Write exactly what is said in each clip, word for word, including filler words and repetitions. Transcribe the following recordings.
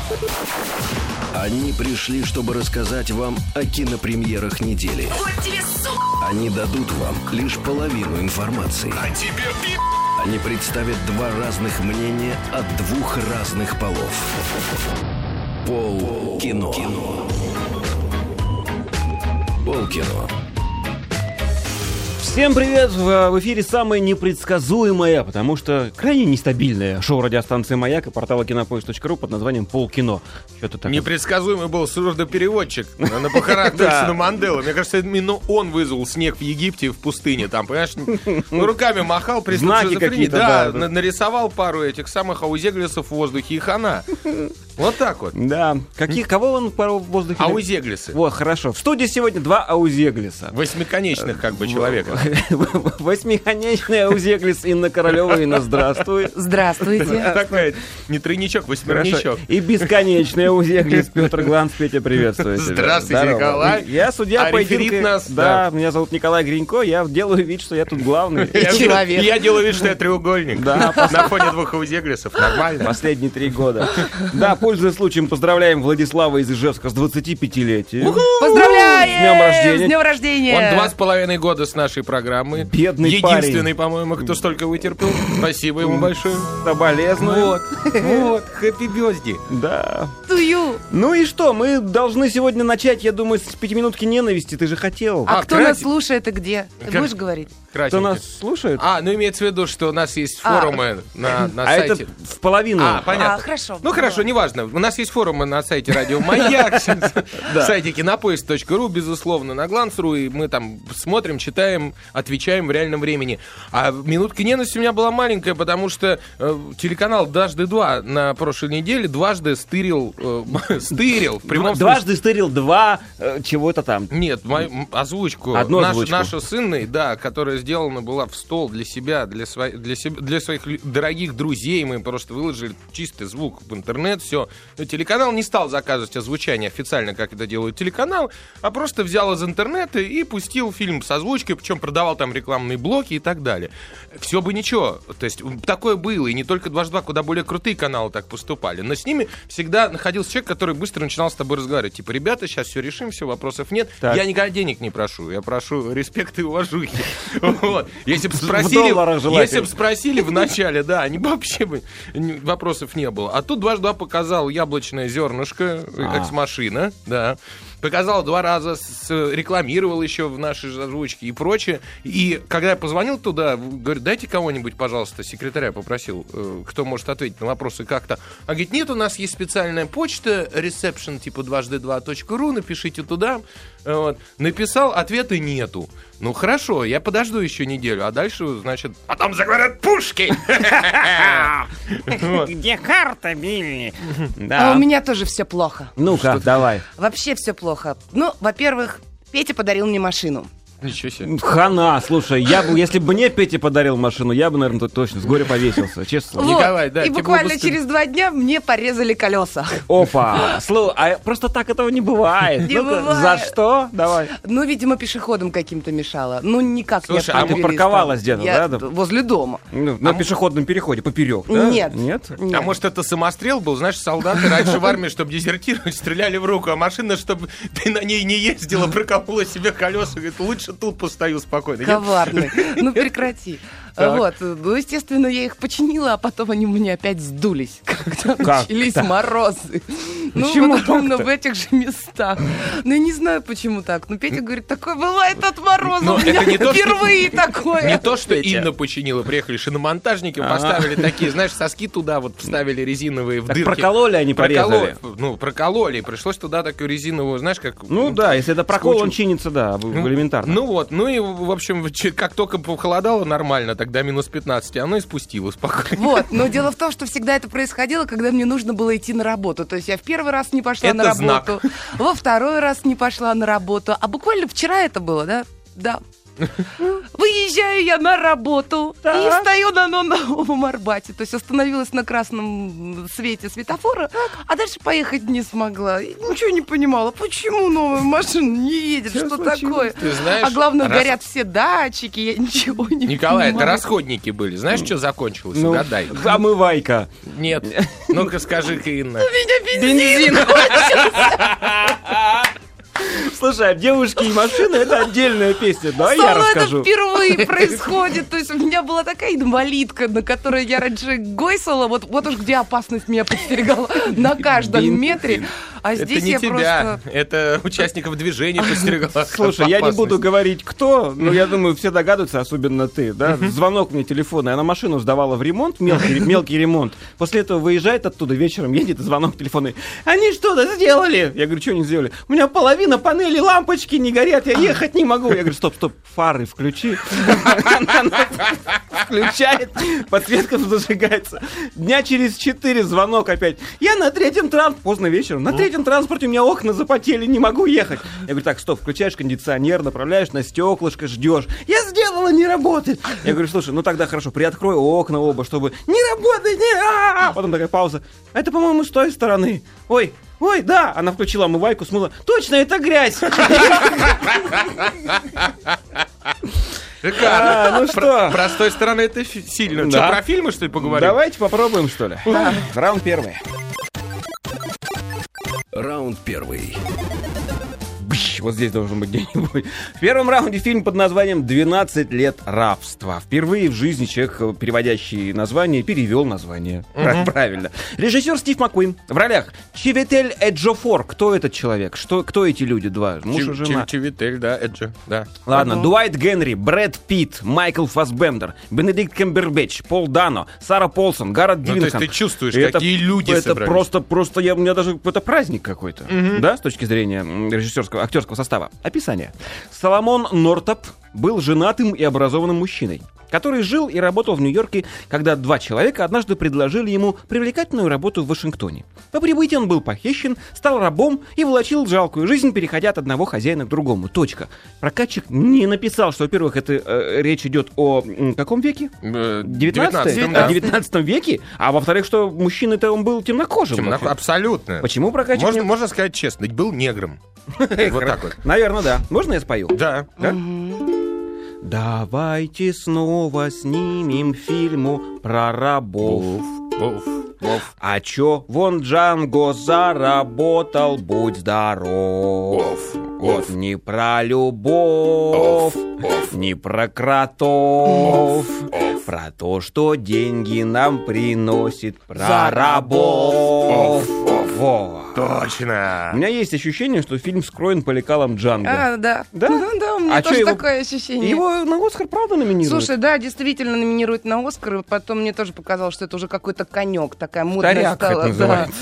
Они пришли, чтобы рассказать вам о кинопремьерах недели. Вот тебе, сука! Они дадут вам лишь половину информации. А тебе пи***! Они представят два разных мнения от двух разных полов. Полкино. Полкино. Всем привет! В эфире самое непредсказуемое, потому что крайне нестабильное шоу радиостанции «Маяк» и портала кинопоиск точка ру под названием «Полкино». Что-то так... Непредсказуемый был сурдопереводчик на похоронах Нельсона Манделы. Мне кажется, именно он вызвал снег в Египте, в пустыне. Там, понимаешь, руками махал, знаки какие-то, да, да, нарисовал пару этих самых аузеглисов в воздухе и хана. Вот так вот. Да. Каких, кого он пару в воздухе? Аузеглисы. Вот, хорошо. В студии сегодня два аузеглиса. Восьмиконечных, как бы, человека. Восьмиконечный аузеглис Инна Королева. Инна, здравствуй. Здравствуйте. Такой не тройничок, восьмерничок. И бесконечный аузеглис Петр Гланц. Петя, приветствую тебя. Здравствуйте, Здорово. Николай. Я судья А поединка. реферит нас, да, да. Меня зовут Николай Гринько. Я делаю вид, что я тут главный. Я, человек. я делаю вид, что я треугольник. Да. На фоне двух аузеглисов. Нормально. Последние три года. Да, пользуясь случаем, поздравляем Владислава из Ижевска с двадцатипятилетием. Поздравляем! С днем рождения. С днем рождения! Он два с половиной года с нашей программы. Бедный Единственный, парень. по-моему, кто столько вытерпел. Спасибо ему большое. Соболезную. Вот, вот, хэппи бёзди. Да. Тую. Ну и что, мы должны сегодня начать, я думаю, с пятиминутки ненависти. Ты же хотел. А, А, кто Крати- нас слушает и где? Ты Как- будешь говорить? Кто Красненько. нас слушает? А, ну имеется в виду, что у нас есть А. форумы на, на А сайте. это в половину. А, понятно. А, хорошо. Ну хорошо, неважно. У нас есть форумы на сайте Радио Маяк, сайте кинопоиск точка ру, безусловно, на гланс точка ру, и мы там смотрим, читаем, отвечаем в реальном времени. А минутка ненависти у меня была маленькая, потому что э, телеканал «Дважды два» на прошлой неделе дважды стырил, э, стырил, в прямом Дважды стырил два э, чего-то там. Нет, мою м, озвучку. Одну Наш- озвучку. Наша с Инной, да, которая сделана была в стол для себя, для, сво... для, себе... для своих лю- дорогих друзей. Мы просто выложили чистый звук в интернет, все. Но телеканал не стал заказывать озвучание официально, как это делают телеканал, а просто взял из интернета и пустил фильм с озвучкой, причем продавал там рекламные блоки и так далее. Все бы ничего. То есть такое было, и не только «Дважды два», куда более крутые каналы так поступали. Но с ними всегда находился человек, который быстро начинал с тобой разговаривать. Типа, ребята, сейчас все решим, все, вопросов нет. Так. Я никогда денег не прошу, я прошу респекта и уважухи. Вот. Если бы В спросили, долларах желательно. если бы спросили в начале, да, они бы вообще бы н- вопросов не было. А тут «Дважды два» показал яблочное зернышко, А. экс-машина, да. Показал два раза, с- рекламировал еще в нашей же озвучке и прочее. И когда я позвонил туда, говорю, дайте кого-нибудь, пожалуйста, секретаря попросил, э, кто может ответить на вопросы как-то. А говорит, нет, у нас есть специальная почта, reception типа дважды два точка ру, напишите туда. Вот. Написал, ответа нету. Ну хорошо, я подожду еще неделю, а дальше, значит, потом заговорят пушки. Вот. Где карта, Билли? А у Да. меня тоже все плохо. Ну-ка, давай. Вообще все плохо. Ну, во-первых, Петя подарил мне машину. Ничего себе. Хана, слушай, я бы, если бы мне Петя подарил машину, я бы, наверное, точно с горя повесился, честно слово. Вот. Николай, да, И тебе буквально было бы стыдно. через два дня мне порезали колеса. Опа! Слушай, а просто так этого не бывает. Не Ну-ка, бывает. За что? Давай. Ну, видимо, пешеходом каким-то мешало. Ну, никак Слушай, не а автомобилист. припарковалась где-то, Я да, да? возле дома. Ну, на пешеходном переходе, поперек, да? Нет. Нет? Нет. А может, это самострел был? Знаешь, солдаты раньше в армии, чтобы дезертировать, стреляли в руку, а машина, чтобы ты на ней не ездила, проколола себе колеса. Говорит, лучше тут постою спокойно. Я- Коварный. Ну, прекрати. Так. Вот. Ну, естественно, я их починила, а потом они у меня опять сдулись, когда Как начались так? морозы. Ну, Почему вот ровно так-то? в этих же местах. Ну, я не знаю, почему так. Ну, Петя говорит, такое бывает от мороза. Но У меня это не то, что- впервые такое. Не то, что Петя. Инна починила, приехали шиномонтажники, Ага. поставили такие, знаешь, соски туда вот вставили резиновые в Так дырки. прокололи, они порезали. Проколо- Ну, прокололи, пришлось туда такую резиновую, знаешь, как... Ну да, если это прокол, он скотчем. чинится, да, Ну, элементарно. Ну вот, ну и, в общем, ч- как только похолодало нормально, тогда минус пятнадцать, оно и спустилось спокойно. Вот, но дело в том, что всегда это происходило, когда мне нужно было идти на работу. То есть я в первый раз не пошла Это на знак. работу, во второй раз не пошла на работу. А буквально вчера это было, да? Да. Выезжаю я на работу и Так. встаю на Новом Арбате. То есть остановилась на красном свете светофора, а дальше поехать не смогла. И ничего не понимала, почему новая машина не едет, Что что случилось? такое. Ты знаешь, А главное, раз- горят все датчики, я ничего не Николай, это понимаю. расходники были. Знаешь, что закончилось? Ну, Угадай. омывайка. Нет. Ну-ка скажи-ка, Инна. Меня Бензин Слушай, а «Девушки и машины» — это отдельная песня. Давай Со я мной расскажу. это впервые происходит. То есть у меня была такая инвалидка, на которой я раньше гойсала. Вот, вот уж где опасность меня подстерегала на каждом Бин- метре. А Это здесь не я тебя, просто... это участников движения подстерегала. Слушай, я не буду опасность. говорить, кто, но я думаю, все догадываются, особенно ты, да? Звонок мне телефона, она машину сдавала в ремонт, мелкий, мелкий ремонт. После этого выезжает оттуда вечером, едет, и звонок телефонный. Они что-то сделали? Я говорю, что они сделали? У меня половина панели лампочки не горят, я ехать не могу. Я говорю, стоп, стоп, фары включи. Включает, подсветка зажигается. Дня через четыре звонок опять. Я на третьем транспорте, поздно вечером, на третьем транспорте у меня окна запотели, не могу ехать. Я говорю, так, стоп, включаешь кондиционер, направляешь на стеклышко, ждешь. Я сделала, не работает. Я говорю, слушай, ну тогда хорошо, приоткрой окна оба, чтобы не работает, не... А-а-а! Потом такая пауза. Это, по-моему, с той стороны. Ой, ой, да. Она включила омывайку, смыла. Точно, это грязь. Шикарно. А, ну что? Про- Простой стороны это фи- сильно. Да. Что, про фильмы, что ли, поговорим? Давайте попробуем, что ли. Раунд первый. Раунд первый. Бщ, вот здесь должен быть где-нибудь. В первом раунде фильм под названием «двенадцать лет рабства». Впервые в жизни человек, переводящий название, перевел название. Прав- Правильно. Режиссер Стив Маккуин. В ролях Чиветель Эджофор. Кто этот человек? Что, кто эти люди? Два. Муж и Чив- жена. Чив- Чивитель, да, Эджи, да. Ладно, Дуайт Генри, Брэд Питт, Майкл Фассбендер, Бенедикт Камбербэтч, Пол Дано, Сара Полсон, Гаррет Ну, то Диллингхам. есть ты чувствуешь, Это- какие люди Это собрались. просто, просто, я, у меня даже это праздник какой-то, да, с точки зрения м, режиссерского, актерского состава. Описание. Соломон Нортоп был женатым и образованным мужчиной, который жил и работал в Нью-Йорке, когда два человека однажды предложили ему привлекательную работу в Вашингтоне. По прибытии он был похищен, стал рабом и волочил жалкую жизнь, переходя от одного хозяина к другому. Точка. Прокатчик не написал, что, во-первых, это э, речь идет о м, каком веке? Э, девятнадцатом? девятнадцатом, да. девятнадцатом веке? А во-вторых, что мужчина-то он был темнокожим. Темно- вообще. Абсолютно. Почему прокатчик Можно, не- можно сказать честно, ведь был негром. Вот так вот. Наверное, да. Можно я спою? Да. Да? Давайте снова снимем фильму про рабов. Вов, вов. А чё, вон Джанго заработал, будь здоров. Вот не про любовь, не про кротов, про то, что деньги нам приносит, про рабов. Во. Точно. У меня есть ощущение, что фильм скроен по лекалам Джанго. А, да. Да? Ну, да, у меня А чё тоже его- такое ощущение. Его на Оскар правда номинируют? Слушай, да, действительно номинируют на Оскар, и потом мне тоже показалось, что это уже какой-то конек, такая модная Вторяк стала. это да. называется.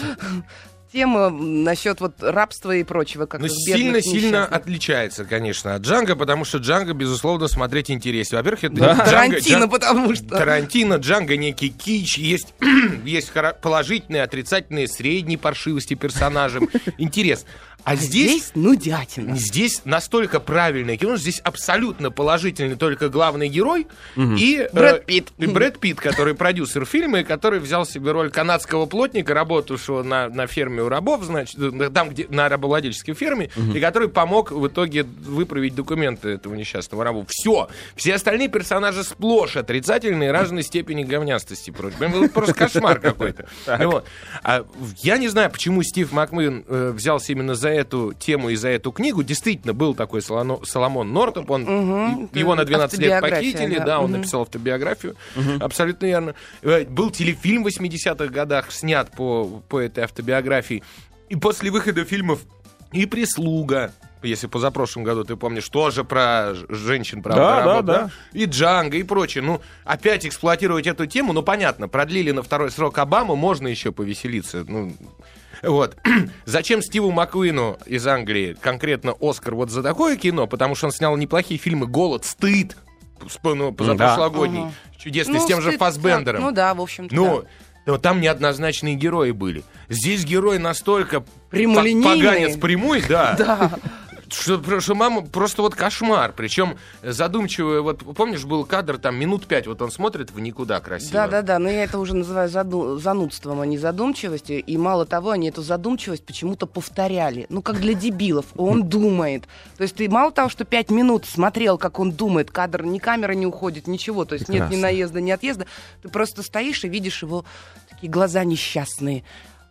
Тема насчет вот рабства и прочего, как Ну, их бедных, сильно-сильно несчастных. отличается, конечно, от Джанго, потому что Джанго, безусловно, смотреть интереснее. Во-первых, это Да. Джанго- Тарантино, Джан- потому что... Тарантино, Джанго некий кич, есть, есть хоро- положительные, отрицательные, средние паршивости персонажам. Интерес. А здесь... Здесь нудятина. Здесь настолько правильное кино, здесь абсолютно положительный только главный герой и Брэд э, Питт. и Брэд Питт, который продюсер фильма, и который взял себе роль канадского плотника, работавшего на, на ферме у рабов, значит, э, там, где на рабовладельческой ферме, и который помог в итоге выправить документы этого несчастного раба. Все. Все остальные персонажи сплошь отрицательные, разной степени говнястости. Прочь. Прям вот просто кошмар какой-то. Вот. А я не знаю, почему Стив Маккуин э, взялся именно за эту тему и за эту книгу. Действительно, был такой Солоно- Соломон Нортоп, он, Мгм. и- его на двенадцать лет Автобиография, похитили, да, да. он Мгм. написал автобиографию, абсолютно верно. Э, Был телефильм в восьмидесятых годах, снят по, по этой автобиографии. И после выхода фильмов и «Прислуга», если позапрошлом году, ты помнишь, тоже про ж- женщин, про Да, рабов, да, да. и Джанго, и прочее. Ну, опять эксплуатировать эту тему, ну, понятно, продлили на второй срок Обаму, можно еще повеселиться, ну... Вот. Зачем Стиву Маккуину из Англии конкретно Оскар вот за такое кино? Потому что он снял неплохие фильмы «Голод», «Стыд», сп- ну, позапрошлогодний, Ага. чудесный, Ну, с тем же стыд, Фассбендером. да. Ну да, в общем-то, Ну, да. но там неоднозначные герои были. Здесь герой настолько Прямолинейный. по- поганец прямой, да, Да. что, что мама просто вот кошмар. Причем задумчивый, вот помнишь, был кадр, там минут пять, вот он смотрит в никуда красиво. Да, да, да, но я это уже называю заду- занудством, а не задумчивостью. И мало того, они эту задумчивость почему-то повторяли. Ну, как для дебилов. Он думает. То есть ты мало того, что пять минут смотрел, как он думает, кадр, ни камера не уходит, ничего. То есть нет ни Прекрасно. наезда, ни отъезда. Ты просто стоишь и видишь его такие глаза несчастные.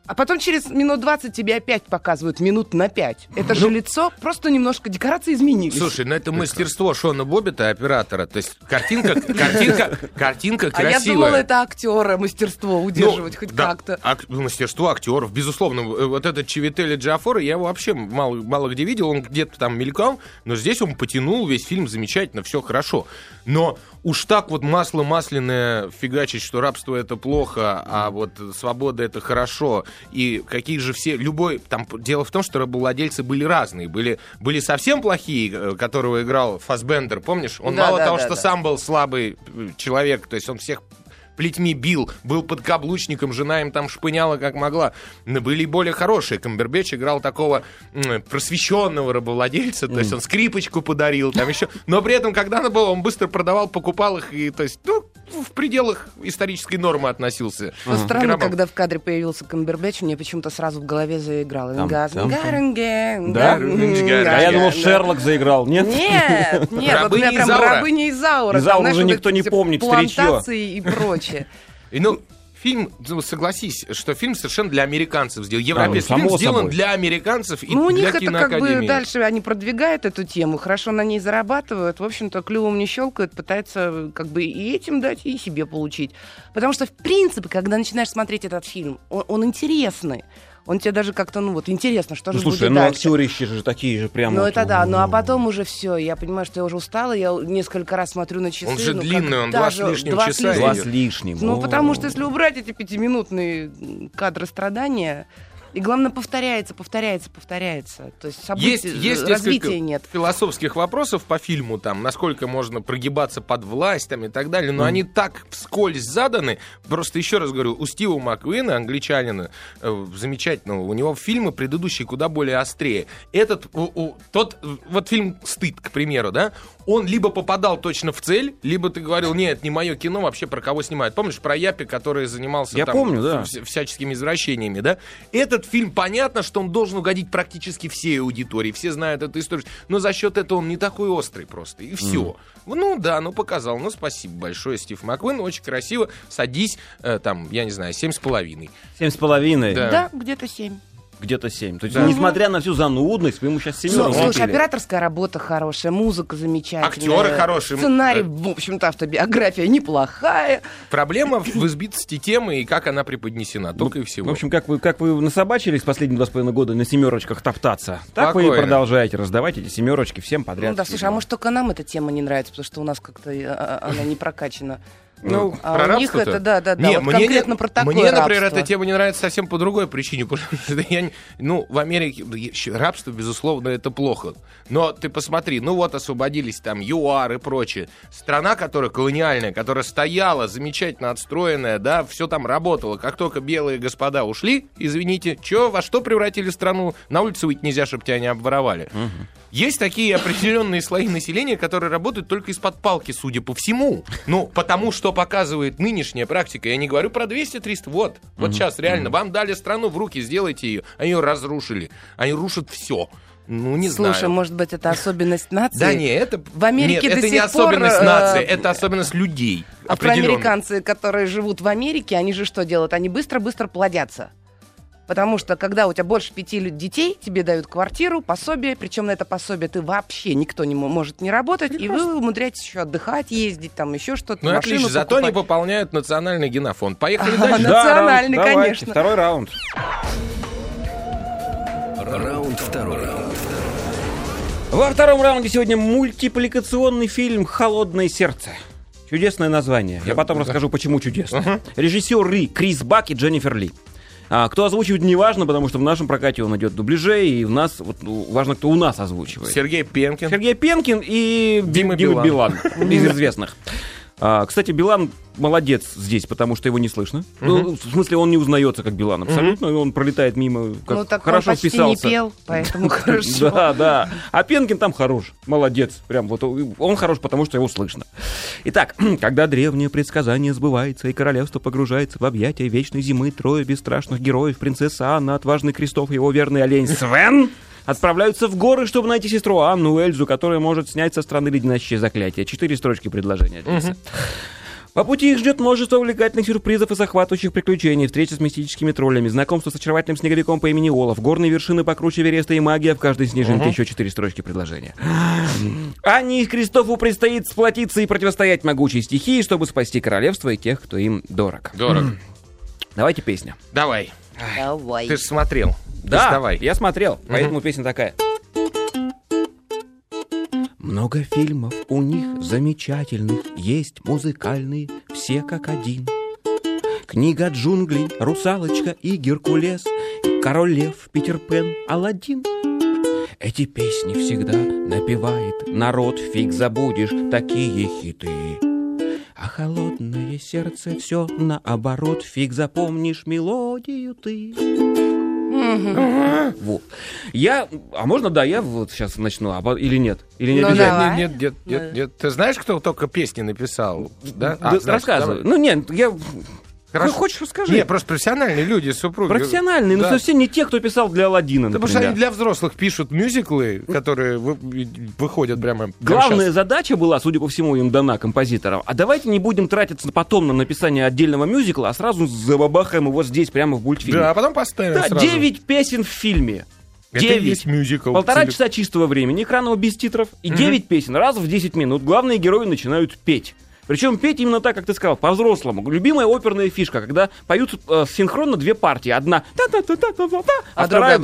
А потом через минут двадцать тебе опять показывают минут на пять. Это же лицо, просто немножко декорации изменились. Слушай, ну это мастерство Шона Боббита, оператора. То есть картинка, картинка, картинка красивая. А я думала, это актера мастерство удерживать ну, хоть да, как-то. Ак- мастерство актеров, безусловно. Вот этот Чивителли Джафор, я его вообще мало, мало где видел, он где-то там мелькал, но здесь он потянул весь фильм замечательно, все хорошо. Но уж так вот масло масляное фигачить, что рабство это плохо, а вот свобода это хорошо. И какие же все... Любой... Там дело в том, что рабовладельцы были разные. Были, были совсем плохие, которого играл Фассбендер, помнишь? Он да, мало да, того, да, что да. сам был слабый человек, то есть он всех плетьми бил, был подкаблучником, жена им там шпыняла как могла. Но были и более хорошие. Камбербэтч играл такого м, просвещенного рабовладельца, то есть он скрипочку подарил, там еще. Но при этом, когда она была, он быстро продавал, покупал их, и, то есть, ну, в пределах исторической нормы относился. Но Uh-huh. странно, когда в кадре появился Камбербэтч, мне почему-то сразу в голове заиграло. Там, Газ- там, там. Гарнге, Да? гарнге, А я думал, да. Шерлок заиграл. Нет? Нет, нет, вот у меня Рабыня прям Изаура. рабыня Изаура. Изаура там, знаешь, уже вот никто не эти помнит, плантации и прочее. И, ну, фильм, ну, согласись, что фильм совершенно для американцев сделан. Европейский А, ну, фильм само сделан собой. для американцев и Ну, у для них это как бы киноакадемии. дальше они продвигают эту тему, хорошо на ней зарабатывают, в общем-то, клювом не щелкают, пытаются как бы и этим дать, и себе получить. Потому что, в принципе, когда начинаешь смотреть этот фильм, он, он интересный. Он тебе даже как-то, ну вот, интересно, что Ну, же слушай, будет ну дальше. актерищи же такие же прямо. Ну, вот, это да, ну а потом уже все. Я понимаю, что я уже устала, я несколько раз смотрю на часы. Он же ну, длинный, он когда два же- с лишним два с часа лишним. Два идет. с лишним. Ну, О. потому что если убрать эти пятиминутные кадры страдания, и главное, повторяется, повторяется, повторяется. То есть событий, Есть, есть развития несколько нет. философских вопросов по фильму, там, насколько можно прогибаться под власть там, и так далее, но mm. они так вскользь заданы. Просто еще раз говорю, у Стива Маккуина, англичанина, э, замечательного, у него фильмы предыдущие куда более острее. Этот, у, у, тот, вот фильм «Стыд», к примеру, да, он либо попадал точно в цель, либо ты говорил, нет, не мое кино, вообще про кого снимают. Помнишь, про Япи, который занимался Я там, помню, да. вся- всяческими извращениями, да? Этот фильм, понятно, что он должен угодить практически всей аудитории, все знают эту историю, но за счет этого он не такой острый просто, и все. Mm. Ну да, ну показал, ну спасибо большое, Стив Маккуин, очень красиво, садись, э, там, я не знаю, семь с половиной. Семь с половиной. Да. Да, где-то семь. Где-то семь. То есть, Да. несмотря на всю занудность, вы ему сейчас семерку Слушай, влепили. операторская работа хорошая, музыка замечательная. Актеры хорошие. Сценарий, в общем-то, автобиография неплохая. Проблема в избитости темы и как она преподнесена, только и всего. В общем, как вы, как вы насобачились последние два с половиной года на семерочках топтаться, так вы и Спокойно. продолжаете раздавать эти семерочки всем подряд. Ну да, слушай, а может только нам эта тема не нравится, потому что у нас как-то э, э, она не прокачана. Ну, А про у них рабство-то? это, да, да, да, Не, вот мне конкретно не- про такое Мне, например, рабство. эта тема не нравится совсем по другой причине. Потому что я, не- ну, в Америке я- рабство, безусловно, это плохо. Но ты посмотри, ну вот освободились там ЮАР и прочее. Страна, которая колониальная, которая стояла, замечательно отстроенная, да, все там работало. Как только белые господа ушли, извините, чё, во что превратили страну? На улицу выйти нельзя, чтобы тебя не обворовали. Есть такие определенные слои населения, которые работают только из-под палки, судя по всему. Ну, потому что показывает нынешняя практика. Я не говорю про двести-триста. Вот, вот сейчас реально. Вам дали страну в руки, сделайте ее. Они ее разрушили. Они рушат все. Ну, не Слушай, знаю. может быть, это особенность нации? Да не, это... В Америке Нет, до это не сих пор, особенность э, нации, это особенность людей. определенных. Афроамериканцы, которые живут в Америке, они же что делают? Они быстро-быстро плодятся. Потому что, когда у тебя больше пяти лю- детей, тебе дают квартиру, пособие, причем на это пособие ты вообще никто не мо- может не работать, и вы умудряетесь еще отдыхать, ездить, там еще что-то, Ну, машину отлично, зато они покупать. пополняют национальный генофонд. Поехали Ага, дальше. да. Национальный, раунд, давайте, конечно. Второй раунд. Раунд второй. Во втором раунде сегодня мультипликационный фильм «Холодное сердце». Чудесное название. Я потом расскажу, почему чудесно. Режиссеры Крис Бак и Дженнифер Ли. А, кто озвучивает, не важно, потому что в нашем прокате он идет в дубляже, и у нас вот, ну, важно, кто у нас озвучивает. Сергей Пенкин. Сергей Пенкин и Дима Дима Билан. Билан, из известных. А, кстати, Билан молодец здесь, потому что его не слышно. Ну, в смысле, он не узнается как Билан абсолютно, он пролетает мимо, как Ну, так хорошо он почти вписался. не пел, поэтому хорошо. Да, да. А Пенкин там хорош, молодец. Прям вот он хорош, потому что его слышно. Итак, когда древнее предсказание сбывается и королевство погружается в объятия вечной зимы, трое бесстрашных героев, принцесса Анна, отважный Крестов и его верный олень Свен, отправляются в горы, чтобы найти сестру Анну Эльзу, которая может снять со страны леденящее заклятие. Четыре строчки предложения. Алиса. По пути их ждет множество увлекательных сюрпризов и захватывающих приключений, встречи с мистическими троллями, знакомство с очаровательным снеговиком по имени Олаф, горные вершины покруче Эвереста и магия, в каждой снежинке uh-huh. еще четыре строчки предложения. Анне и Кристофу предстоит сплотиться и противостоять могучей стихии, чтобы спасти королевство и тех, кто им дорог. Дорог. Давайте песня. Давай. Давай. Ты же смотрел. Да, давай. Я смотрел, Uh-huh. поэтому песня такая. Много фильмов у них замечательных, есть музыкальные, все как один. Книга джунглей, Русалочка и Геркулес, Король Лев, Питер Пен, Аладдин. Эти песни всегда напевает народ, фиг забудешь такие хиты. А холодное сердце все наоборот, фиг запомнишь мелодию ты. Вот. Я, а можно, да, я вот сейчас начну, а, или нет? Или не Ну, обязательно? давай. Нет, нет, нет, нет, нет. Ты знаешь, кто только песни написал? Да? Да, А, знаешь, рассказывай. давай. Ну, нет, я... Хорошо. Ну, хочешь, расскажи. Нет, просто профессиональные люди, супруги. Профессиональные, но Да. совсем не те, кто писал для Аладдина, Да, потому что например. они для взрослых пишут мюзиклы, которые вы- выходят прямо... прямо Главная щас. задача была, судя по всему, им дана композиторам. А давайте не будем тратиться потом на написание отдельного мюзикла, а сразу забабахаем его здесь, прямо в мультфильме. Да, а потом поставим Да, сразу. девять песен в фильме. Это и девять. есть мюзикл. Полтора Целик- часа чистого времени, экранного без титров, и девять песен. Раз в десять минут главные герои начинают петь. Причем петь именно так, как ты сказал, по-взрослому. Любимая оперная фишка, когда поют э, синхронно две партии. Одна та-та-та-та-та-та, а А вторая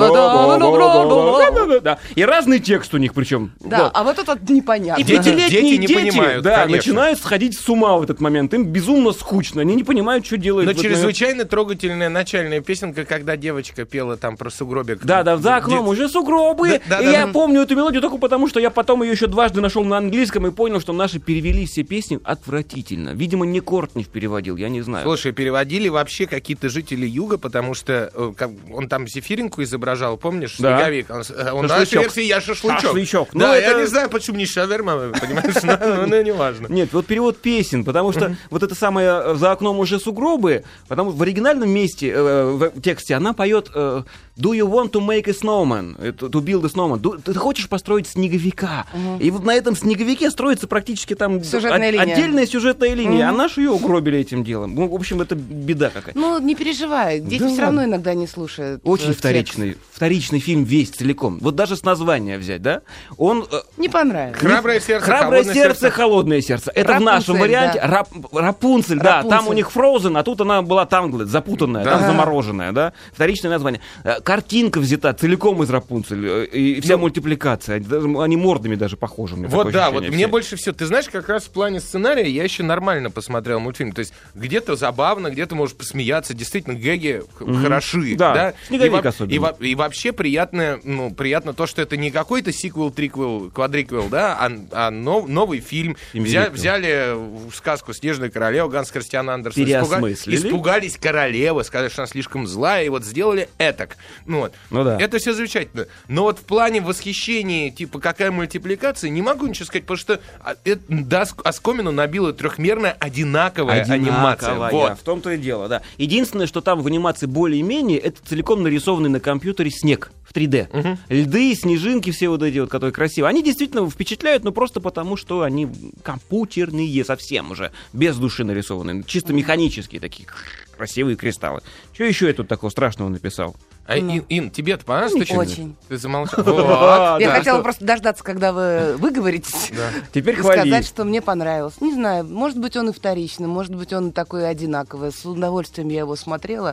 другая да-да-да-да-да-да. И разный текст у них причем. Да, Вот. а вот это вот непонятно. И пятилетние Дети не дети, понимают, да, конечно. начинают сходить с ума в этот момент. Им безумно скучно. Они не понимают, что делают. Но в этот момент. чрезвычайно трогательная начальная песенка, когда девочка пела там про сугробик. Да, да, за окном Дет- уже сугробы. Да, да, и да, я да. помню эту мелодию только потому, что я потом ее еще дважды нашел на английском и понял, что наши перевели все песни отвратительно. Видимо, не Кортнев переводил, я не знаю. Слушай, переводили вообще какие-то жители Юга, потому что э, как- он там Зефиринку изображал, помнишь, Да. Снеговик? Он, с- э, он на Шашлычок. версии «Я шашлычок». Шашлычок. Да, Ну, я это- не знаю, почему не шаверма, понимаешь, но ну, не важно. Нет, вот перевод песен, потому что вот это самое э, «За окном уже сугробы», потому что в оригинальном месте, э, в тексте она поет э, «Do you want to make a snowman?» Это «To build a snowman». Ду- Ты хочешь построить снеговика. И вот на этом снеговике строится практически там Сюжетная от- линия. отдельная сюжетная линия, а наши ее угробили этим делом. Ну, в общем, это беда какая-то. Ну, не переживай, дети Да все ладно. равно иногда не слушают. Очень э, текст. вторичный, вторичный фильм весь целиком. Вот даже с названия взять, да? Он... э, Не понравилось. Храброе сердце, Храброе холодное сердце, холодное сердце. Это в нашем Рапунцель, варианте. да. Рап- Рапунцель, да. Рапунцель. Там у них Фроузен, а тут она была Танглет, запутанная, Да. там Ага. замороженная, да. Вторичное название. Э, Картинка взята целиком из Рапунцель. э, И вся Ну, мультипликация. Они даже- Они мордами даже похожи. у меня Вот такое да, ощущение вот мне все. больше всего, ты знаешь, как раз в плане сценария я еще нормально посмотрел мультфильм. То есть где-то забавно, где-то можешь посмеяться, действительно гэги х- хороши. Да, Да, Снеговик и, во- особенно. и, во- и вообще приятно, ну, приятно то, что это не какой-то сиквел, триквел, квадриквел, да, а, а нов- новый фильм. Взя- Семилетний. взяли в сказку «Снежная королева» Ганс Христиан Андерсен. Переосмыслили. Испугались королевы, сказали, что она слишком злая, и вот сделали этак. Ну, вот. Ну да. Это все замечательно. Но вот в плане восхищения, типа, какая мультипликация, не могу ничего сказать, потому что а, это, да, ск- оскомину набила трехмерная одинаковая, анимация. Одинаковая, Вот. в том-то и дело, да. Единственное, что там в анимации более-менее, это целиком нарисованный на компьютере снег в три дэ. Льды, снежинки, все вот эти вот, которые красивые. Они действительно впечатляют, но просто потому, что они компьютерные совсем уже, без души нарисованные, чисто механические такие красивые кристаллы. Что еще я тут такого страшного написал? А, Ин, Ин, тебе-то понравилось? Ты чё? Очень. Ты замолчал. Вот. А, Я да, хотела что? просто дождаться, когда вы выговоритесь. Теперь И хвали. сказать, что мне понравилось. Не знаю, может быть, он и вторичный, может быть, он такой одинаковый. С удовольствием я его смотрела.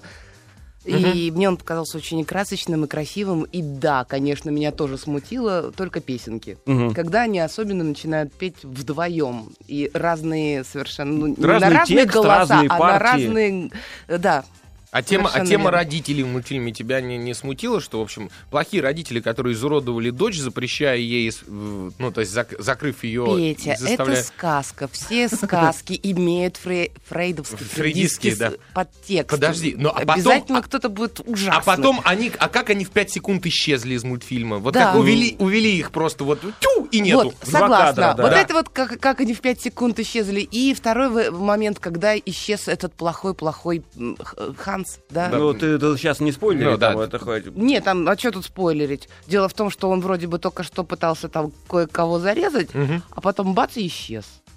И мне он показался очень и красочным, и красивым. И да, конечно, меня тоже смутило только песенки. Мгм. Когда они особенно начинают петь вдвоем. И разные совершенно... ну, не Разный на разные текст, голоса, разные а на партии. разные... Да. А тема, а Совершенно тема верно. родителей в мультфильме тебя не, не смутила, что, в общем, плохие родители, которые изуродовали дочь, запрещая ей, э, ну, то есть зак- закрыв ее... Петя, это сказка. Все сказки имеют фре- фрейдовский, Фрейдистский, фрейдистский да. с- подтекст. Подожди, ну, а потом- Обязательно а- кто-то будет ужасный. А потом они, а как они в пять секунд исчезли из мультфильма? Вот Да. как увели, увели их просто вот тю, и нету. Вот, Два согласна. кадра, да. Вот Да. это вот как, как они в пять секунд исчезли. И второй в- момент, когда исчез этот плохой-плохой м, Х- Ханс, да? Ну, ты, ты сейчас не спойлери, Ну, да. там, это хоть... Нет, там, а что тут спойлерить? Дело в том, что он вроде бы только что пытался там кое-кого зарезать, а потом бац и исчез.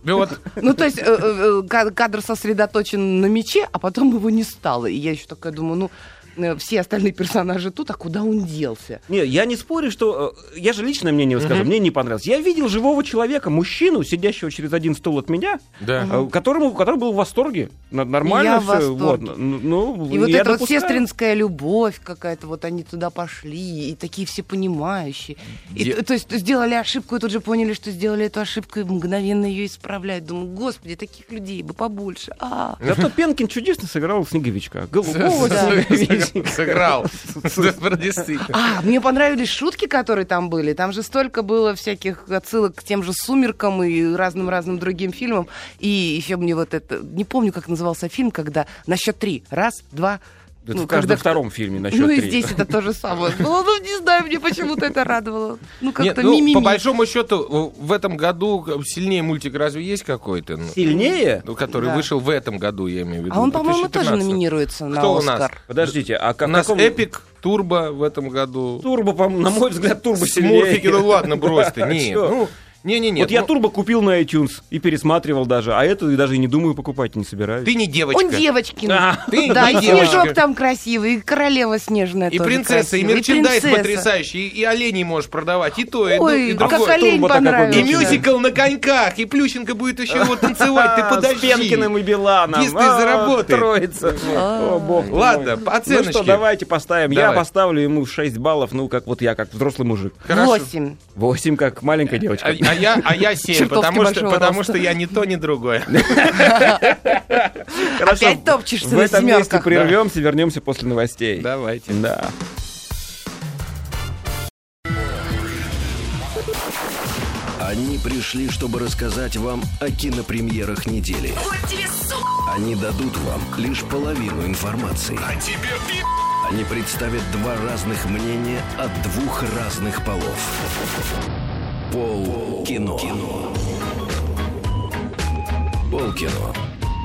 Вот. Ну, то есть э, э, кадр сосредоточен на мече, а потом его не стало. И я еще такая думаю, ну, э, все остальные персонажи тут, а куда он делся? Не, я не спорю, что... э, Я же личное мнение высказываю, Мгм. мне не понравилось. Я видел живого человека, мужчину, сидящего через один стол от меня, Да. э, которому, который был в восторге. На- Нормально Я в все. восторге. Вот. Ну, И вот я эта вот допускаю. сестринская любовь какая-то, вот они туда пошли, и такие все понимающие. И, Де- т- то есть сделали ошибку, и тут же поняли, что сделали эту ошибку, и мгновенно ее исправляют. Думаю, господи, таких людей бы побольше. А. Зато Пенкин чудесно сыграл снеговичка. Голубого да. снеговичка. Сыграл. Действительно. А, мне понравились шутки, которые там были. Там же столько было всяких отсылок к тем же «Сумеркам» и разным-разным другим фильмам. И еще мне вот это... Не помню, как назывался фильм, когда на счет три. Раз, два... Это Ну, в каждом когда- втором фильме на счет Ну и три. здесь это то же самое. Ну, ну, не знаю, мне почему-то это радовало. Ну, Нет, как-то ну, мимими. по большому счету, в этом году сильнее мультик разве есть какой-то? Ну, Сильнее? ну, который Да. вышел в этом году, я имею в виду. А он, в по-моему, тоже две тысячи пятнадцатом. номинируется на Кто у нас? Оскар. Подождите, а У как нас каком- Эпик, Турбо в этом году. Турбо, по- на мой взгляд, Турбо сильнее. Смурфики, ну ладно, брось ты. А Нет, чё? ну, не-не-не. Вот я ну, Турбо купил на iTunes и пересматривал даже, а эту и даже и не думаю покупать, не собираюсь. Ты не девочка. Он девочкин. А, Ты Да, не и девочка. снежок там красивый, и королева снежная И тоже принцесса, и красивая, мерчендайз принцесса. потрясающий, и оленей можешь продавать, и то, и, ну, Ой, и как другое. олень Турбо-то какой понравился. И мюзикл на коньках, и Плющенко будет еще вот танцевать, ты С подожди. Пенкиным и Биланом. Кис ты А, заработай. Троица. О, бог ты Ладно, мой. по оценочке. Ну что, давайте поставим. Я Давай. поставлю ему шесть баллов, ну, как вот я, как взрослый мужик. Хорошо. Восемь. восемь, как маленькая девочка. А, а я, а я семь, Чертовски потому что, большого потому роста. что я ни то, ни другое. Хорошо, Опять топчешься в на этом месте семерках. прервемся, вернемся после новостей. Давайте. Да. Они пришли, чтобы рассказать вам о кинопремьерах недели. Они дадут вам лишь половину информации. Они представят два разных мнения от двух разных полов. Пол кино. Пол кино.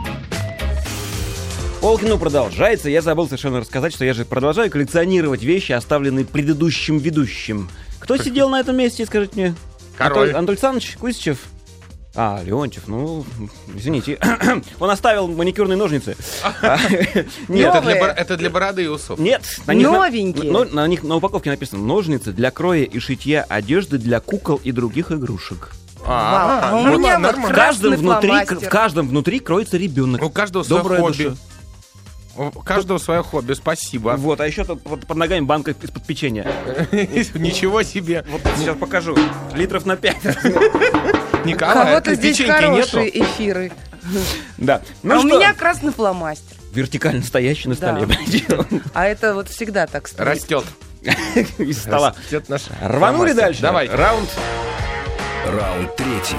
Полкино продолжается. Я забыл совершенно рассказать, что я же продолжаю коллекционировать вещи, оставленные предыдущим ведущим. Кто сидел на этом месте, скажите мне? Король. Антон, Антон Александрович Кузичев? А, Леонтьев, ну, извините. Он оставил маникюрные ножницы. А, Нет, это для, Новые. бор- это для бороды и усов. Нет, на них на- Новенькие. но- на них на упаковке написано ножницы для кроя и шитья одежды для кукол и других игрушек. А, Вау, а у ну меня ладно, вот В нормально. каждом Красный внутри, фломастер. в каждом внутри кроется ребенок. У каждого свое Добрая хобби. душа. У каждого свое хобби, спасибо. Вот, а еще тут под, под ногами банка из-под печенья. Ничего себе. Вот сейчас покажу. Литров на пять. У Николай, кого-то этой здесь печеньки нету? хорошие эфиры. Да. Ну а у что? меня красный фломастер. Вертикально стоящий на Да. столе. А это вот всегда так стоит. Растет. Из стола. Растет наш Рванули фломастер. дальше. Давай. Раунд. Раунд третий.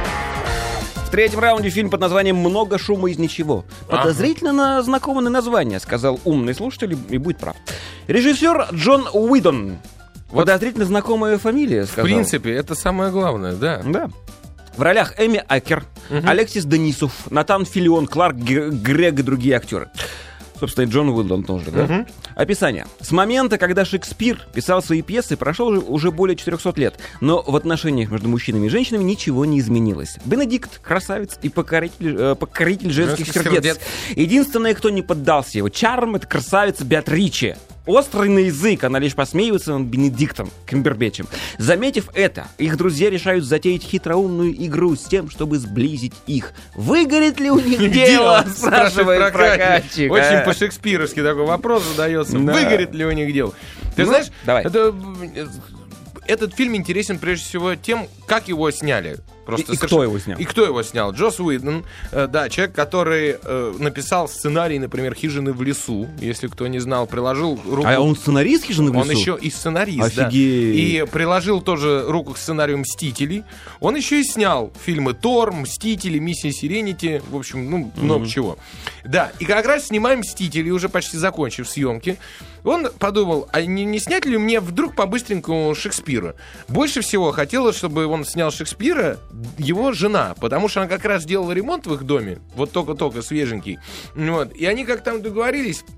В третьем раунде фильм под названием «Много шума из ничего». Подозрительно на знакомое название, сказал умный слушатель, и будет прав. Режиссер Джон Уидон. Вот. Подозрительно знакомая фамилия, В сказал. принципе, это самое главное, да. Да. В ролях Эми Акер, Алексис Денисов, Натан Филион, Кларк Г- Грег и другие актеры. Собственно, и Джон Уидон тоже, да? Описание. С момента, когда Шекспир писал свои пьесы, прошло уже, уже более четырехсот лет. Но в отношениях между мужчинами и женщинами ничего не изменилось. Бенедикт, красавец и покоритель, э, покоритель женских, Женских сердец. сердец. Единственное, кто не поддался его чарм, это красавица Беатриче. Острый на язык, она лишь посмеивается над Бенедиктом Камбербэтчем. Заметив это, их друзья решают затеять хитроумную игру с тем, чтобы сблизить их. Выгорит ли у них дело? Спрашивает прокатчик. Очень а. по-шекспировски такой вопрос задается. Да. Выгорит ли у них дело? Ты Ну, знаешь, давай. это, э, этот фильм интересен прежде всего тем, как его сняли. Просто И- и совершенно- кто его снял? И кто его снял? Джосс Уидон, э, да, человек, который э, написал сценарий, например, «Хижины в лесу», если кто не знал, приложил руку... А он сценарист «Хижины в лесу»? Он еще и сценарист, да. Офигеть. И приложил тоже руку к сценарию «Мстителей». Он еще и снял фильмы «Тор», «Мстители», «Миссия Сиренити», в общем, ну, много чего. Да, и как раз снимаем «Мстители», уже почти закончив съемки. Он подумал, а не, не снять ли мне вдруг по-быстренькому Шекспира? Больше всего хотелось, чтобы он снял Шекспира его жена, потому что она как раз делала ремонт в их доме, вот только-только свеженький. Вот. И они как там договорились,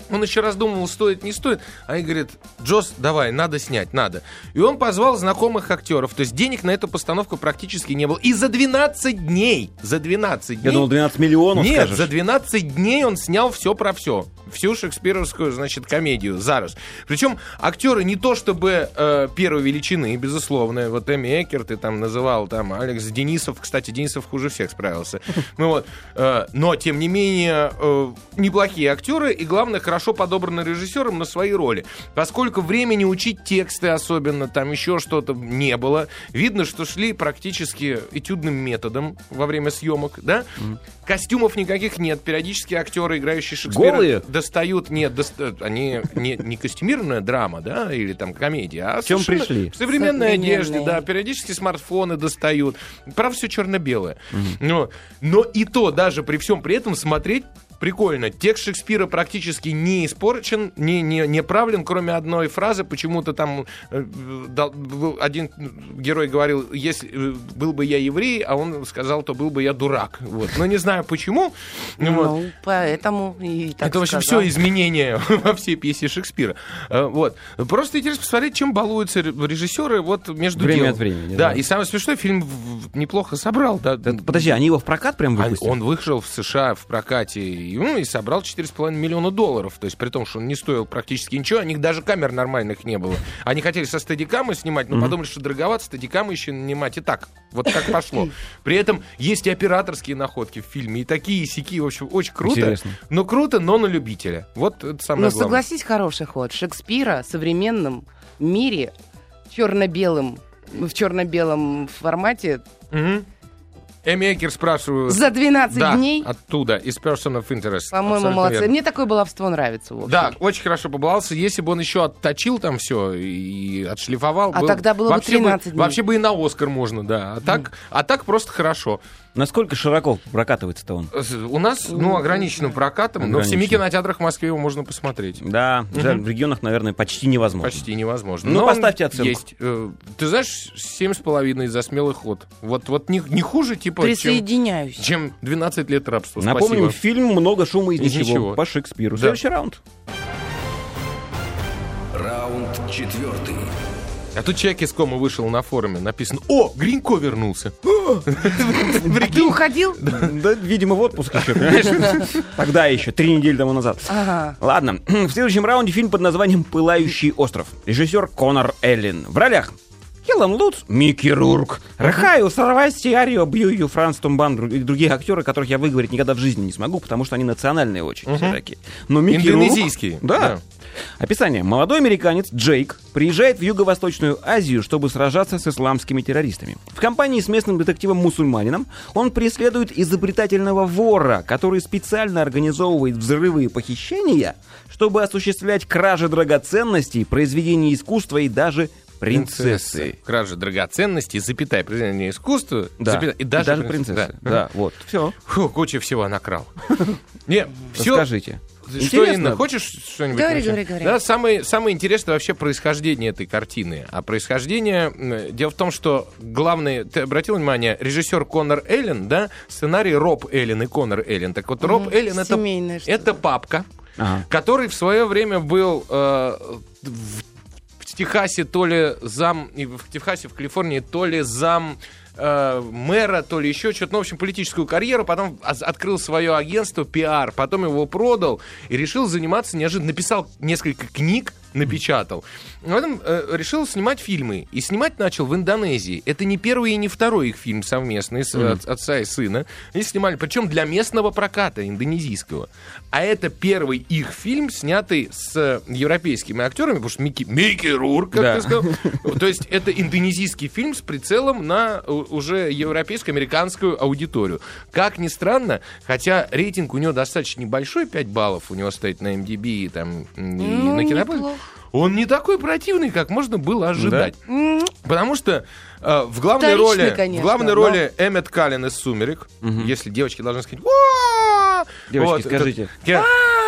Он еще раздумывал, стоит, не стоит. А они говорят, Джосс, давай, надо снять, надо. И он позвал знакомых актеров. То есть денег на эту постановку практически не было. И за двенадцать дней, за двенадцать дней... Я думал, двенадцать миллионов, Нет, скажешь. за двенадцать дней он снял все про все. Всю шекспировскую, значит, комедию «Зараз». Причем актеры не то чтобы э, первой величины, безусловно. Вот Эми Эккер ты там называл, там Алекс Денисов. Кстати, Денисов хуже всех справился. Ну вот. Э, но, тем не менее, э, неплохие актеры. И, главное, хорошо подобраны режиссером на свои роли. Поскольку времени учить тексты особенно, там еще что-то не было. Видно, что шли практически этюдным методом во время съемок, да? Mm. Костюмов никаких нет. Периодически актеры, играющие Шекспира... Голые? Достают, нет, доста... они не, не костюмированная драма, да, или там комедия, а в чем пришли? В современной одежде, да, периодически смартфоны достают. Правда, все черно-белое. Mm-hmm. Но, но и то, даже при всем при этом, смотреть прикольно. Текст Шекспира практически не испорчен, не, не, не правлен, кроме одной фразы. Почему-то там э, дал, один герой говорил, если э, был бы я еврей, а он сказал, то был бы я дурак. Вот. Но не знаю почему. Ну, вот. Поэтому и так Это, в общем, все изменения во всей пьесе Шекспира. Вот. Просто интересно посмотреть, чем балуются режиссеры вот между Время делом. от времени. Да, да, и самое смешное, фильм неплохо собрал. Да. Подожди, они его в прокат прям выпустили? Он вышел в США в прокате и, ну, и собрал четыре с половиной миллиона долларов. То есть при том, что он не стоил практически ничего, у них даже камер нормальных не было. Они хотели со стадикамы снимать, но mm-hmm. подумали, что дороговато стадикамы еще снимать. И так, вот как пошло. При этом есть и операторские находки в фильме, и такие, и сякие. В общем, очень круто. Интересно. Но круто, но на любителя. Вот это самое Но главное. согласись, хороший ход. Шекспира в современном мире черно-белым, в черно-белом формате. Угу. Эми Эккер спрашиваю... За двенадцать да, дней? оттуда, из Person of Interest. По-моему, Абсолютно молодцы. верно. Мне такое баловство нравится. В общем. Да, очень хорошо побаловался. Если бы он еще отточил там все и отшлифовал... А был... тогда было бы тринадцать бы, дней. Вообще бы и на Оскар можно, да. А так, mm. а так просто хорошо. Насколько широко прокатывается-то он? У нас, ну, ограниченным прокатом, Ограничен. но в семи кинотеатрах в Москве его можно посмотреть. Да, mm-hmm. в регионах, наверное, почти невозможно. Почти невозможно. Ну, поставьте оценку. Есть. Ты знаешь, семь с половиной за смелый ход. Вот, вот не, не хуже, типа, Присоединяюсь. Чем, чем двенадцать лет рабства. Напомним, Спасибо. фильм «Много шума из, из ничего» ничего по Шекспиру. Да. Следующий раунд. Раунд четвертый. А тут человек из кома вышел на форуме, написано: «О, Гринько вернулся». А ты уходил? Да, видимо, в отпуск еще, понимаешь? Тогда еще, три недели тому назад. Ладно, в следующем раунде фильм под названием «Пылающий остров». Режиссер Конор Эллин. В ролях Хелен Лутц, Микки Рурк, Рахаю Сарвасти, Арио Бьюю, Франц Тумбан и другие актеры, которых я выговорить никогда в жизни не смогу, потому что они национальные очень все такие. Но Микки Индонезийские. Рурк, да. Описание. Молодой американец Джейк приезжает в Юго-Восточную Азию, чтобы сражаться с исламскими террористами. В компании с местным детективом-мусульманином он преследует изобретательного вора, который специально организовывает взрывы и похищения, чтобы осуществлять кражи драгоценностей, произведений искусства и даже принцессы. Принцессы. Кража драгоценностей, запятая, произведение искусства, да. запятая, и даже, и даже принцессы. принцессы. Да. Да, вот, все. Фу, куча всего накрал. Не, все. Расскажите. Что, Инна, хочешь что-нибудь? Говори, говори, говори. Да, самое, самое интересное вообще происхождение этой картины. А происхождение... Дело в том, что главный... Ты обратил внимание, режиссер Конор Эллен, да? Сценарий Роб Эллен и Конор Эллен. Так вот, Роб Эллен это, это папка, ага. который в свое время был э, в, в Техасе то ли зам... В Техасе, в Калифорнии то ли зам... мэра, то ли еще что-то, ну, в общем, политическую карьеру, потом открыл свое агентство пиар, потом его продал и решил заниматься неожиданно, написал несколько книг, напечатал, а потом э, решил снимать фильмы, и снимать начал в Индонезии. Это не первый и не второй их фильм совместный с mm-hmm. от, отца и сына. Они снимали, причем для местного проката индонезийского. А это первый их фильм, снятый с европейскими актерами, потому что Микки, Микки Рурк, как да. ты сказал. То есть это индонезийский фильм с прицелом на уже европейскую, американскую аудиторию. Как ни странно, хотя рейтинг у него достаточно небольшой, пять баллов у него стоит на эм ди би там, и ну, на Кинопоиске, он не такой противный, как можно было ожидать. Да? Потому что э, в главной Вторичный, роли, конечно, в главной но... роли Эммет Каллен из «Сумерек». Угу. Если девочки должны сказать: «О-о-о!» Девочки, вот, скажите. Это,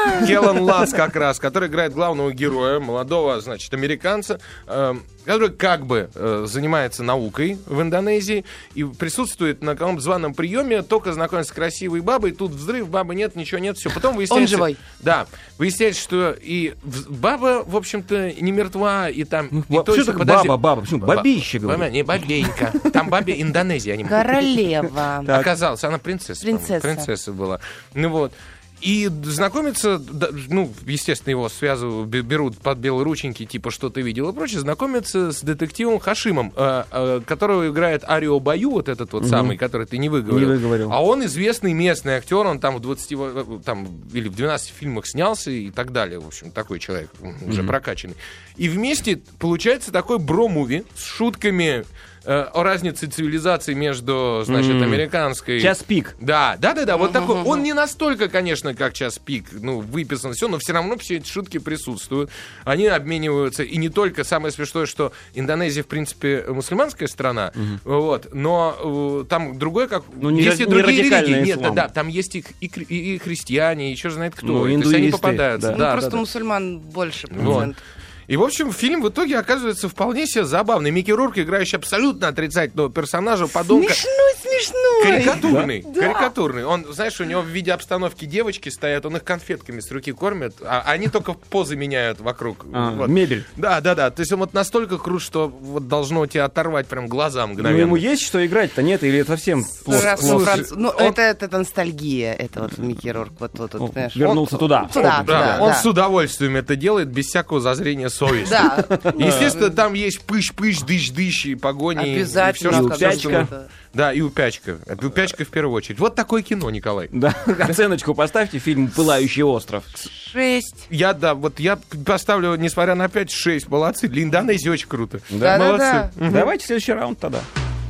Келлан Латс как раз, который играет главного героя, молодого, значит, американца, э, который как бы э, занимается наукой в Индонезии и присутствует на каком-то званом приеме, только знакомится с красивой бабой, тут взрыв, бабы нет, ничего нет, все. Потом выясняется... Он живой. Да, выясняется, что и баба, в общем-то, не мертва, и там... Ну, и ба- точно, что так подожди. баба, баба? Почему? Бабища, говорю. Баба, не бабенька. Там бабе Индонезия. Они... Королева. Оказалось, она принцесса. Принцесса. Принцесса была. Ну вот. И знакомиться, ну, естественно, его связывают, берут под белые рученьки, типа, что ты видел и прочее, знакомиться с детективом Хашимом, э, э, которого играет Арио Баю, вот этот вот угу. самый, который ты не выговорил. Не выговорил. А он известный местный актер, он там в двадцати, там, или в двенадцати фильмах снялся и так далее. В общем, такой человек уже угу. прокачанный. И вместе получается такой бро-муви с шутками о разнице цивилизаций между, значит, mm. американской... Час пик. Да, да, да, да, вот такой. Он не настолько, конечно, как час пик, ну, выписан все, но все равно все эти шутки присутствуют. Они обмениваются, и не только, самое смешное, что Индонезия, в принципе, мусульманская страна, mm-hmm. вот, но uh, там другое, как... Ну, не есть и не другие религии. Нет, ислам. Да, там есть и, и, и христиане, и еще знает кто. Ну, То есть они попадаются. Да. Ну, да, просто да, да. мусульман больше процент. Вот. И, в общем, фильм в итоге оказывается вполне себе забавный. Микки Рурк, играющий абсолютно отрицательного персонажа, подонка. Смешной, смешной. Карикатурный, да? карикатурный. Он, знаешь, у него в виде обстановки девочки стоят, он их конфетками с руки кормит, а они только позы меняют вокруг. А, вот. Мебель. Да, да, да. То есть он вот настолько крут, что вот должно тебя оторвать прям глаза мгновенно. Ну, ему есть что играть-то, нет? Или это совсем плохо? Раз, плохо? Франц... Ну, Он- это, это, это ностальгия, это вот Микки Рурк. Вот, вот, вот, О, понимаешь? вернулся Он- туда. Туда, Да, туда, он да. с удовольствием это делает, без всякого зазрения совести. Да. Естественно, там есть пыщ-пыщ, дыщ-дыщ и погони. и всё, Обязательно. что- упячка. всё, что- Да, и упячка. Упячка в первую очередь. Вот такое кино, Николай. Да, оценочку поставьте фильм «Пылающий остров». Шесть. Я, да, вот я поставлю, несмотря на пять, шесть. Молодцы. Для Индонезии очень круто. Да, Молодцы. да, Мгм. Давайте следующий раунд тогда.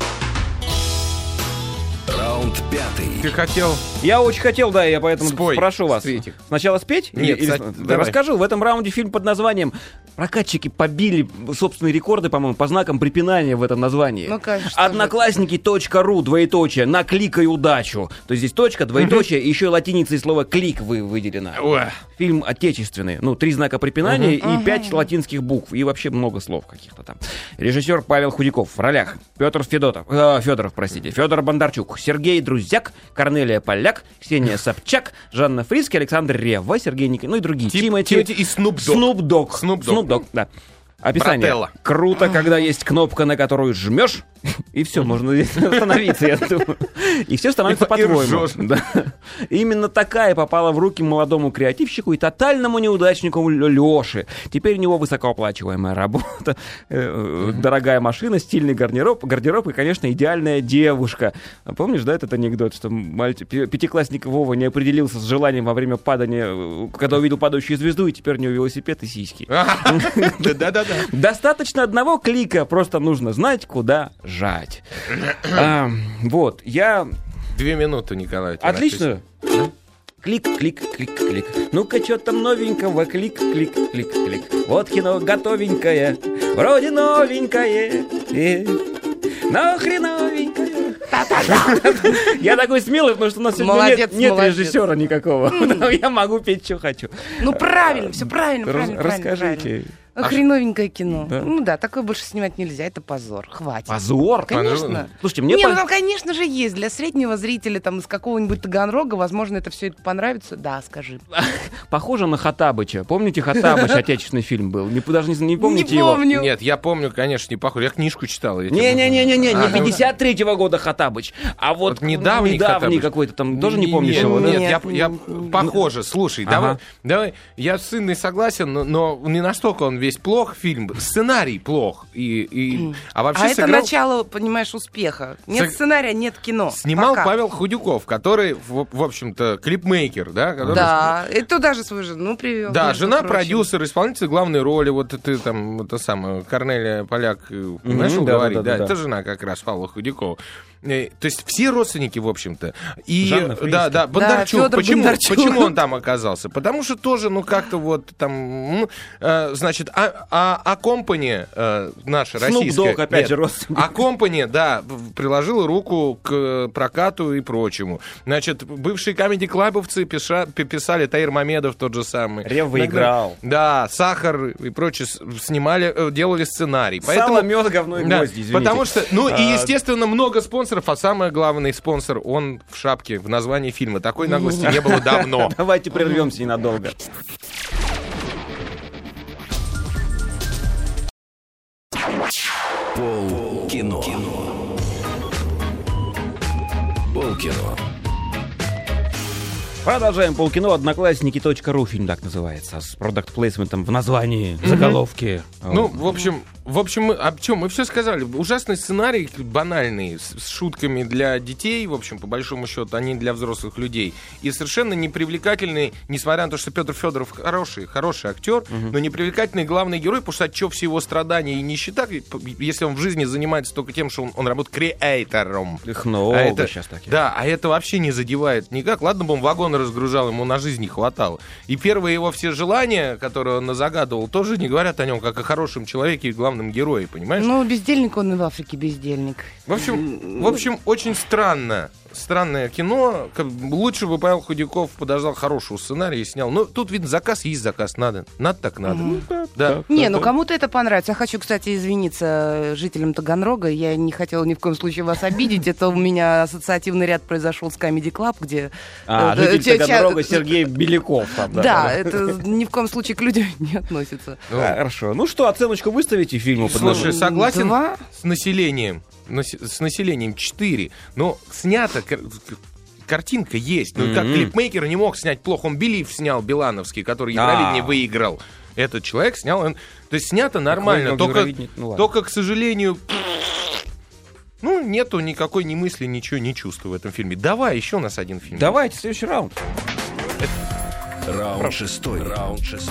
Раунд пятый. Ты хотел... Я очень хотел, да, я поэтому Спой, спрошу вас. Светик. Сначала спеть? Нет, Или- са- или- давай. Расскажу. В этом раунде фильм под названием «Прокатчики побили собственные рекорды, по-моему, по знакам препинания в этом названии». Ну, конечно же. Одноклассники.ру, двоеточие, накликай удачу. То есть здесь точка, двоеточие, и еще и латиницей слово «клик» вы выделено. Ой. Фильм отечественный. Ну, три знака препинания и пять латинских букв. И вообще много слов каких-то там. Режиссер Павел Худяков в ролях. Петр Федотов, э, Федоров, простите, Федор Бондарчук, Сергей Друзьяк, Корнелия Поляк, Ксения Собчак, Жанна Фриски, Александр Ревва, Сергей Никитин, ну и другие. Тип- Тимати Тимати и Снуп Дог. Снуп Дог. Снуп Дог. Снуп Дог, да. Описание. Брателло. Круто, когда есть кнопка, на которую жмешь, и все, можно здесь остановиться, я думаю. И все становится И- и по-твоему. ржёшь. Да. Именно такая попала в руки молодому креативщику и тотальному неудачнику Лёше. Теперь у него высокооплачиваемая работа, э, дорогая машина, стильный гардероб, гардероб и, конечно, идеальная девушка. Помнишь, да, этот анекдот, что мальчик, пятиклассник Вова не определился с желанием во время падания, э, когда увидел падающую звезду, и теперь у него велосипед и сиськи. Да-да-да. Достаточно одного клика, просто нужно знать, куда жать. А, вот, я... Две минуты, Николай. у тебя Отлично. Клик, клик, клик, клик. Ну-ка, что там новенького? Клик, клик, клик, клик. Вот кино готовенькое, вроде новенькое, э, но хреновенькое. Я такой смелый, потому что у нас сегодня Молодец, нет, нет молодец. режиссера никакого. Я могу петь, что хочу. Ну, правильно, все правильно, Рас- правильно, правильно, Расскажите. правильно. Хреновенькое кино. Да. Ну да, такое больше снимать нельзя, это позор. Хватит. Позор? Конечно. Слушайте, мне... Не, по- ну там, конечно же, есть. Для среднего зрителя там из какого-нибудь Таганрога, возможно, это все это понравится. Да, скажи. Похоже на Хаттабыча. Помните, Хаттабыч, отечественный фильм был? Не, даже не, не помните Не его? помню. Нет, я помню, конечно, не похоже. Я книжку читал. я тебе- Не-не-не-не, не А, ну, пятьдесят третьего года Хаттабыч, а вот Вот недавний недавний Хаттабыч. какой-то там, тоже не Не- помнишь нет, его, да? Нет, Нет, я, я не- похоже. Слушай, Ага. давай, давай. Я с Инной согласен, но, но не настолько он весь плох, фильм. Сценарий плох. И, и, а вообще А это сыграл- начало, понимаешь, успеха. Нет Сог- сценария, нет кино. Снимал Пока. Павел Худяков, который, в, в общем-то, клипмейкер, да? который- Да, и туда же свою жену привел. Да, между жена прочим. продюсер, исполнитель главной роли. Вот ты там, это самое, Корнелия Поляк, э, начал да, говорить, да, да, да, да. это жена как раз Павла Худякова. Э, То есть все родственники, в общем-то. И, Жанна Фриски. да, да, Бондарчук. Фёдор почему, Бондарчук. почему он там оказался? Потому что тоже, ну, как-то вот там, ну, э, значит, Значит, а, а, а Company, э, наша Снуп российская... Дог, опять нет, же, родственник. А Company, да, приложила руку к прокату и прочему. Значит, бывшие комедий-клабовцы пиша, писали, Таир Мамедов тот же самый. Рев выиграл. Да, Сахар и прочее снимали, делали сценарий. Сало, Поэтому, мёд, говно и да, гвозди, извините. потому что, ну и, А, естественно, много спонсоров, а самый главный спонсор, он в шапке, в названии фильма. Такой наглости не было давно. Давайте прервемся ненадолго. Полкино. Полкино. Продолжаем полкино. Одноклассники точка ру, фильм так называется, с продакт-плейсментом в названии, в заголовке. Ну, в общем, в общем, мы, об чем? Мы все сказали. Ужасный сценарий, банальный, с, с шутками для детей, в общем, по большому счету, а не для взрослых людей. И совершенно непривлекательный, несмотря на то, что Петр Федоров хороший, хороший актер, угу. но непривлекательный главный герой, потому что отчет все его страдания и нищета, если он в жизни занимается только тем, что он, он работает креатором. Их много а это, сейчас таких. Да, а это вообще не задевает никак. Ладно бы он вагон разгружал, ему на жизнь не хватало. И первые его все желания, которые он загадывал, тоже не говорят о нем как о хорошем человеке и главном герое, понимаешь? Ну, бездельник он и в Африке бездельник. В общем, в общем, очень странно. Странное кино. Лучше бы Павел Худяков подождал хорошего сценария и снял. Но тут, видно, заказ есть заказ. Надо. Надо так надо. Mm-hmm. Да. Да. Не, ну кому-то это понравится. Я хочу, кстати, извиниться жителям Таганрога. Я не хотела ни в коем случае вас обидеть. Это у меня ассоциативный ряд произошел с Comedy Club, где... А, э, житель ча- Таганрога ча- Сергей Беляков. Там, да, Да, это ни в коем случае к людям не относится. Ну, хорошо. Ну что, оценочку выставите фильму? под Слушай, названием? согласен Два? с населением. С населением четыре. Но снято... Картинка есть. Ну, mm-hmm. как клипмейкер не мог снять плохо. Он Белив снял, Билановский, который Евровидение выиграл. Этот человек снял... Он... То есть снято нормально. Только, ну, только, к сожалению... Ну, нету никакой ни мысли, ничего, ни чувства в этом фильме. Давай, еще у нас один фильм. Давайте, следующий раунд. Раунд шестой. Раунд шестой.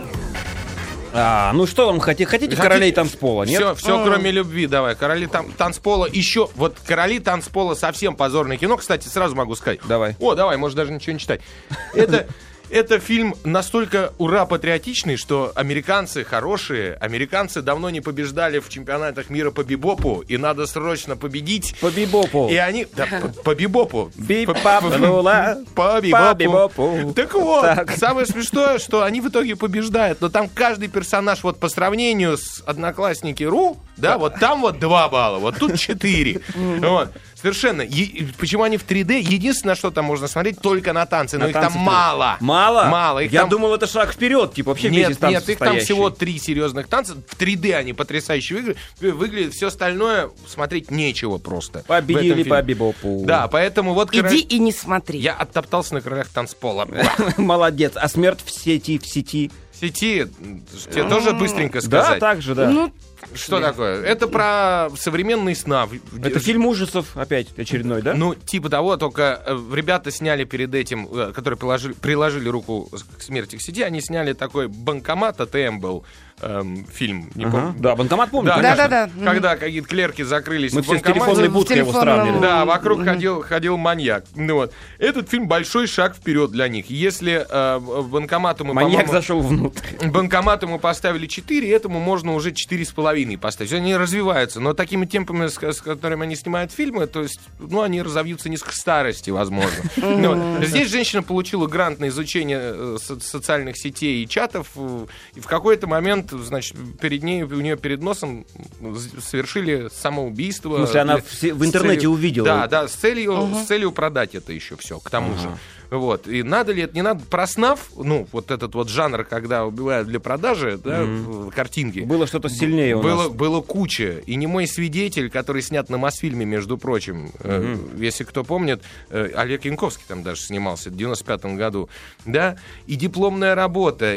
А, ну что вам хотите? Хотите королей танцпола, нет? Все, все, кроме любви, давай. Короли там, танцпола еще. Вот короли танцпола совсем позорное кино. Кстати, сразу могу сказать. Давай. О, давай, можешь даже ничего не читать. Это... Это фильм настолько ура-патриотичный, что американцы хорошие. Американцы давно не побеждали в чемпионатах мира по бибопу, и надо срочно победить. По бибопу. И они... Да, по, по бибопу. Бибопнула. По бибопу. Так вот, так. Самое смешное, что они в итоге побеждают. Но там каждый персонаж, вот по сравнению с Одноклассники.ру, да, вот там вот два балла, вот тут четыре. Вот. Совершенно. Е- почему они в три дэ? Единственное, что там можно смотреть, только на танцы. Но на их танцы там мало. Мало? Мало. Их Я там... думал, это шаг вперед. Типа вообще нет, весь из танцев нет, их там всего три серьезных танца. В три дэ они потрясающе выглядят. Выглядит все остальное смотреть нечего просто. Победили по бибопу. Да, поэтому вот... Иди король... и не смотри. Я оттоптался на королях танцпола. Молодец. А смерть в сети, в сети? В сети тебе тоже быстренько сказать. Да, так же, да. Ну, что такое? Это про современные сна. Это фильм ужасов опять очередной, да? Ну, типа того, только э, ребята сняли перед этим, э, которые приложили, приложили руку к смерти к сети, они сняли такой «Банкомат», АТМ был эм, фильм. Не ага. помню. Да, «Банкомат» помню, да, конечно. Да, да, да. Когда какие-то клерки закрылись Мы в все с банкомате. телефонной будкой его телефонном... сравнили. Да, вокруг Mm-hmm. ходил, ходил маньяк. Ну, вот. Этот фильм большой шаг вперед для них. Если э, банкомату мы, маньяк по-моему, зашел внутрь. банкомату мы поставили четыре, этому можно уже четыре с половиной поставить. Они развиваются, но такими темпами, с, с которыми они снимают фильмы, то есть, ну, они разовьются не к старости, возможно. Вот. Здесь женщина получила грант на изучение со- социальных сетей и чатов, и в какой-то момент, значит, перед ней, у нее перед носом совершили самоубийство. В смысле, она в, в интернете целью, увидела? Да, да, с целью, uh-huh. с целью продать это еще все, к тому uh-huh. же. Вот. И надо ли это, не надо. Проснав, ну, вот этот вот жанр, когда убивают для продажи, да, mm-hmm. картинки. Было что-то сильнее у было, нас. Было куча. И не мой свидетель, который снят на Мосфильме, между прочим. Mm-hmm. Э, если кто помнит, э, Олег Янковский там даже снимался в девяносто пятом году. Да. И дипломная работа,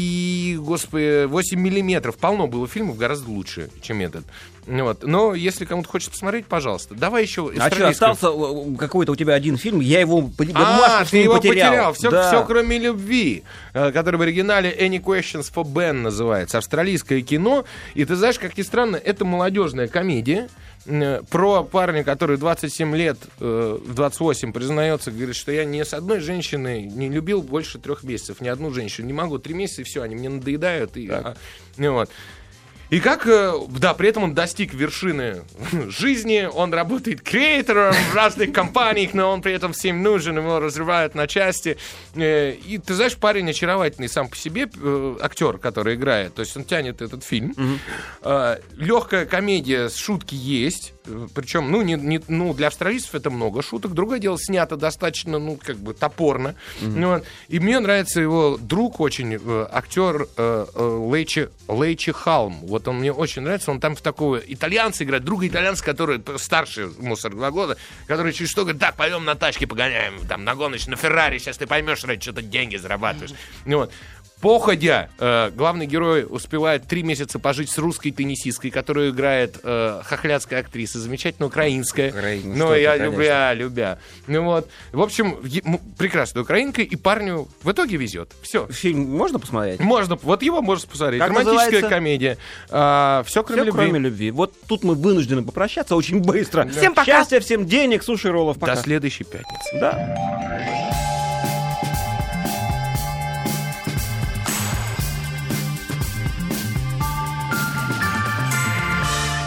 и, господи, восемь миллиметров. Полно было фильмов гораздо лучше, чем этот. Вот. Но если кому-то хочется посмотреть, пожалуйста. Давай еще... А что, остался какой-то у тебя один фильм, я его по а, бумажке не его потерял. потерял. Все, да. все кроме любви, который в оригинале Any Questions for Ben называется. Австралийское кино. И ты знаешь, как ни странно, это молодежная комедия про парня, который двадцать семь лет, в двадцать восемь признается, говорит, что я ни с одной женщиной не любил больше трех месяцев, ни одну женщину. Не могу, три месяца и все, они мне надоедают. И, а, и вот. И как, да, при этом он достиг вершины жизни, он работает креатором в разных компаниях, но он при этом всем нужен, его разрывают на части. И ты знаешь, парень очаровательный сам по себе, актер, который играет, то есть он тянет этот фильм. Mm-hmm. Легкая комедия, шутки есть, причем, ну, не, не, ну, для австралийцев это много шуток. Другое дело, снято достаточно, ну, как бы топорно. Mm-hmm. Ну, и мне нравится его друг очень, актер Лейчи, Лейчи Халм. Вот он мне очень нравится, он там в такого итальянца играет, друга итальянца, который старше ему сорок два года, который через что говорит, так, пойдем на тачке погоняем, там, на гоночной, на Феррари, сейчас ты поймешь, ради что-то деньги зарабатываешь. Mm-hmm. Вот. Походя, э, главный герой успевает три месяца пожить с русской теннисисткой, которую играет э, хохлядская актриса, замечательная украинская. Украина, ну, я ты, любя, любя. Ну вот. В общем, е- м- прекрасная украинка, и парню в итоге везет. Все. Фильм можно посмотреть? Можно. Вот его можно посмотреть. Как Романтическая называется? комедия. А, все, кроме Все, любви. кроме любви. Вот тут мы вынуждены попрощаться очень быстро. Всем пока. Счастья, всем денег, суши, роллов. Пока. До следующей пятницы. Да.